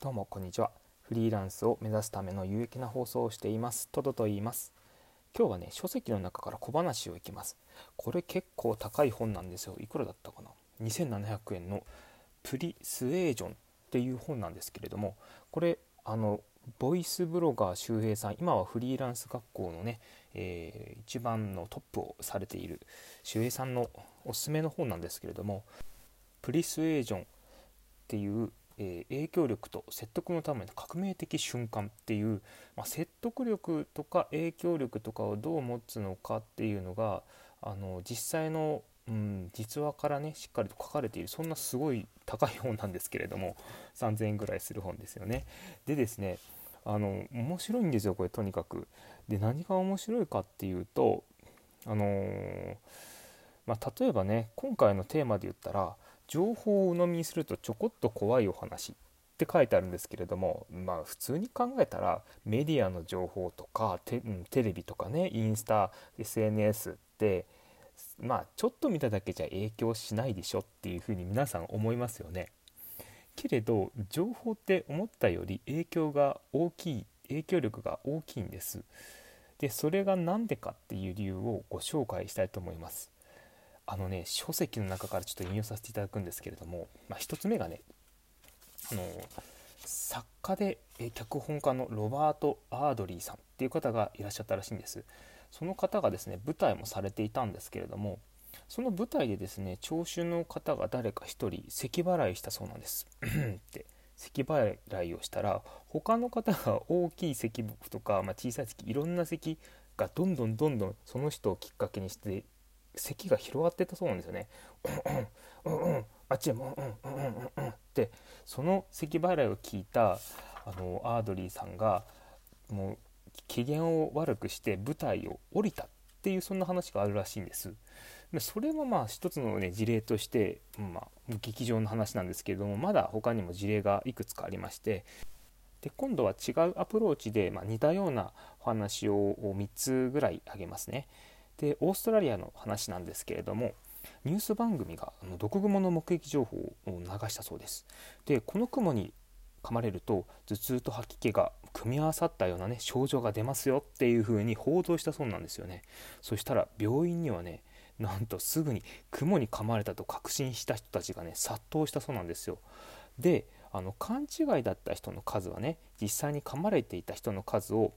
どうもこんにちは。フリーランスを目指すための有益な放送をしていますトドと言います。今日はね、書籍の中から小話をいきます。これ結構高い本なんですよ。いくらだったかな、2700円のプリスエージョンっていう本なんですけれども、これボイスブロガー周平さん、今はフリーランス学校のね、一番のトップをされている周平さんのおすすめの本なんですけれども、プリスエージョンっていう影響力と説得のための革命的瞬間っていう、説得力とか影響力とかをどう持つのかっていうのが実際の、実話からねしっかりと書かれている、そんなすごい高い本なんですけれども、3000円ぐらいする本ですよね。でですね、面白いんですよこれ、とにかく。で、何が面白いかっていうと、あのー例えばね、今回のテーマで言ったら、情報を鵜呑みにするとちょこっと怖いお話って書いてあるんですけれども、普通に考えたらメディアの情報とかテレビとかね、インスタ SNS って、ちょっと見ただけじゃ影響しないでしょっていうふうに皆さん思いますよね。けれど情報って思ったより影響力が大きいんです。でそれが何でかっていう理由をご紹介したいと思います。書籍の中からちょっと引用させていただくんですけれども、一つ目がね、あの作家で脚本家のロバート・アードリーさんっていう方がいらっしゃったらしいんです。その方がですね、舞台もされていたんですけれども、その舞台でですね、聴衆の方が誰か一人咳払いしたそうなんですって咳払いをしたら、他の方が大きい咳とか、小さい咳、いろんな咳がどんどんその人をきっかけにして咳が広がっていったそうなんですよね。うんうんうんうん、あっちでもうんうんうんうんうんって、その咳払いを聞いたアードリーさんがもう機嫌を悪くして舞台を降りたっていう、そんな話があるらしいんです。でそれも一つの、ね、事例として、劇場の話なんですけれども、まだ他にも事例がいくつかありまして、で今度は違うアプローチで、似たようなお話を3つぐらい挙げますね。でオーストラリアの話なんですけれども、ニュース番組が毒蜘蛛の目撃情報を流したそうです。でこの蜘蛛に噛まれると頭痛と吐き気が組み合わさったようなね症状が出ますよっていう風に報道したそうなんですよね。そしたら病院にはね、なんとすぐに蜘蛛に噛まれたと確信した人たちがね殺到したそうなんですよ。で勘違いだった人の数はね、実際に噛まれていた人の数を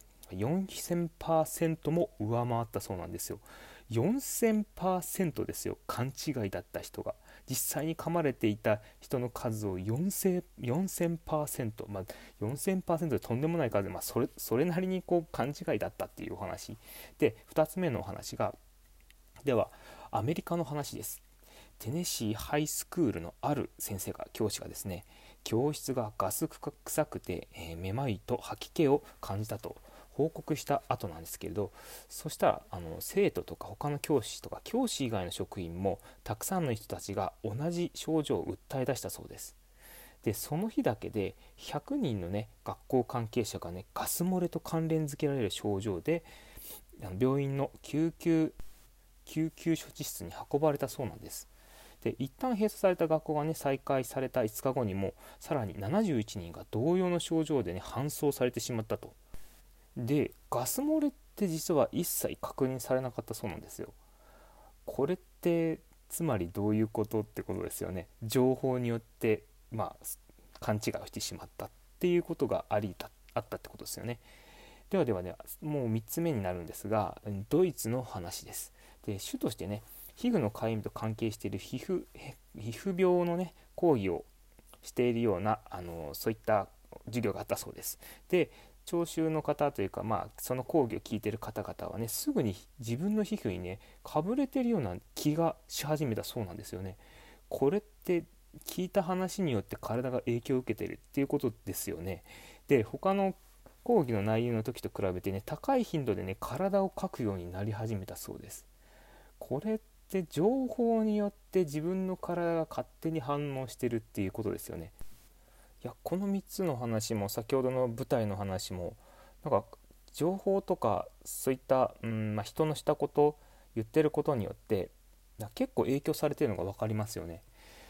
4000%も上回ったそうなんですよ。4000%ですよ。勘違いだった人が実際に噛まれていた人の数を4000%、4000%でとんでもない数で、それなりに勘違いだったっていうお話で、2つ目のお話が、ではアメリカの話です。テネシーハイスクールのある教師がですね、教室がガス臭くて、めまいと吐き気を感じたと報告した後なんですけれど、そしたら生徒とか他の教師とか教師以外の職員もたくさんの人たちが同じ症状を訴え出したそうです。でその日だけで100人のね学校関係者がねガス漏れと関連付けられる症状で病院の救急処置室に運ばれたそうなんです。で一旦閉鎖された学校がね再開された5日後にもさらに71人が同様の症状でね搬送されてしまったと。でガス漏れって実は一切確認されなかったそうなんですよ。これってつまりどういうことってことですよね。情報によって、勘違いをしてしまったっていうことがあったってことですよね。ではもう3つ目になるんですが、ドイツの話です。で主としてね、皮膚のかゆみと関係している皮膚病のね講義をしているようなそういった授業があったそうです。で聴衆の方というか、その講義を聞いている方々はね、すぐに自分の皮膚にねかぶれてるような気がし始めたそうなんですよね。これって聞いた話によって体が影響を受けているっていうことですよね。で他の講義の内容の時と比べてね、高い頻度でね体をかくようになり始めたそうです。これって情報によって自分の体が勝手に反応してるっていうことですよね。いやこの3つの話も先ほどの舞台の話も、なんか情報とかそういった、人のしたこと言ってることによって結構影響されてるのが分かりますよね。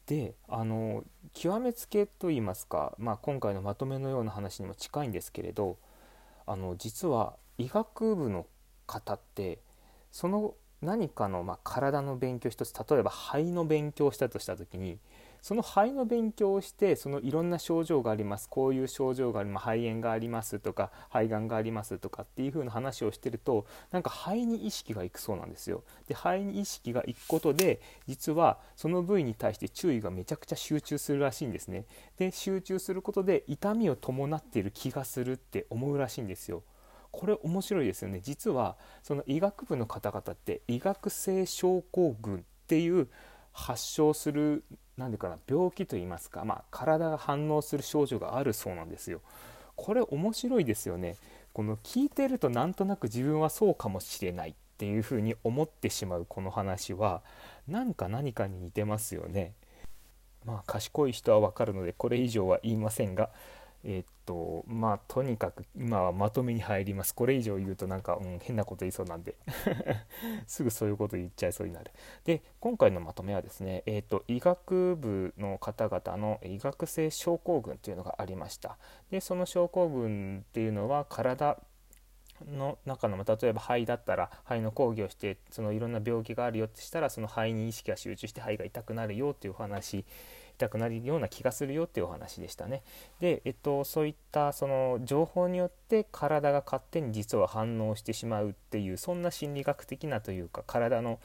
で極めつけといいますか、今回のまとめのような話にも近いんですけれど、実は医学部の方ってその何かの体の勉強一つ、例えば肺の勉強をしたとした時に、その肺の勉強をして、そのいろんな症状があります、こういう症状があります、肺炎がありますとか肺がんがありますとかっていう風な話をしてると、なんか肺に意識がいくそうなんですよ。で肺に意識がいくことで、実はその部位に対して注意がめちゃくちゃ集中するらしいんですね。で集中することで痛みを伴っている気がするって思うらしいんですよ。これ面白いですよね。実はその医学部の方々って医学性症候群っていう発症する何ていうかな、病気といいますか、体が反応する症状があるそうなんですよ。これ面白いですよね。この聞いてるとなんとなく自分はそうかもしれないっていうふうに思ってしまうこの話は、何かに似てますよね。賢い人はわかるのでこれ以上は言いませんが、とにかく今はまとめに入ります。これ以上言うと変なこと言いそうなんですぐそういうこと言っちゃいそうになる。で今回のまとめはですね、医学部の方々の医学性症候群というのがありました。でその症候群っていうのは体の中の、例えば肺だったら肺の講義をして、そのいろんな病気があるよってしたら、その肺に意識が集中して肺が痛くなるよっていうお話、痛くなるような気がするよっていうお話でしたね。で、そういったその情報によって体が勝手に実は反応してしまうっていう、そんな心理学的なというか体の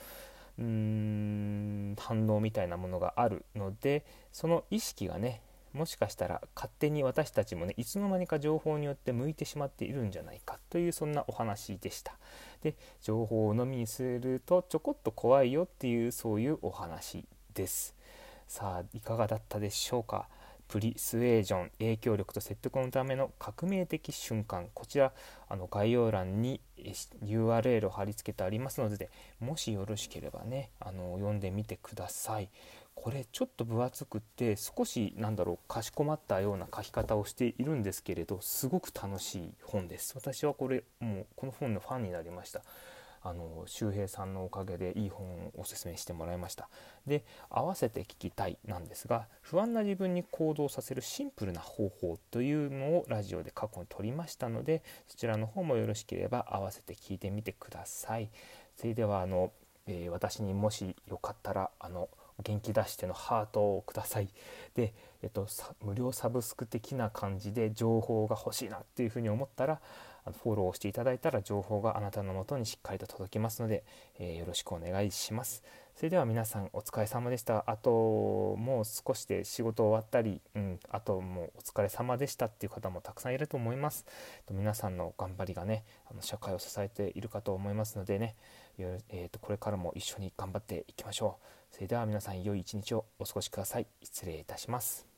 反応みたいなものがあるので、その意識がね、もしかしたら勝手に私たちもね、いつの間にか情報によって向いてしまっているんじゃないかという、そんなお話でした。で情報を飲みにするとちょこっと怖いよっていう、そういうお話です。さあいかがだったでしょうか。プリスエージョン、影響力と説得のための革命的瞬間、こちら概要欄に URL を貼り付けてありますので、もしよろしければね読んでみてください。これちょっと分厚くって少しかしこまったような書き方をしているんですけれど、すごく楽しい本です。私はこれもうこの本のファンになりました。周平さんのおかげでいい本をおすすめしてもらいました。で合わせて聞きたいなんですが、不安な自分に行動させるシンプルな方法というのをラジオで過去に撮りましたので、そちらの方もよろしければ合わせて聞いてみてください。それでは私にもしよかったら元気出してのハートをください。で、無料サブスク的な感じで情報が欲しいなっていうふうに思ったら、フォローしていただいたら情報があなたの元にしっかりと届きますので、よろしくお願いします。それでは皆さんお疲れ様でした。あともう少しで仕事終わったり、あともうお疲れ様でしたっていう方もたくさんいると思います。皆さんの頑張りがね、社会を支えているかと思いますのでね、これからも一緒に頑張っていきましょう。それでは皆さん良い一日をお過ごしください。失礼いたします。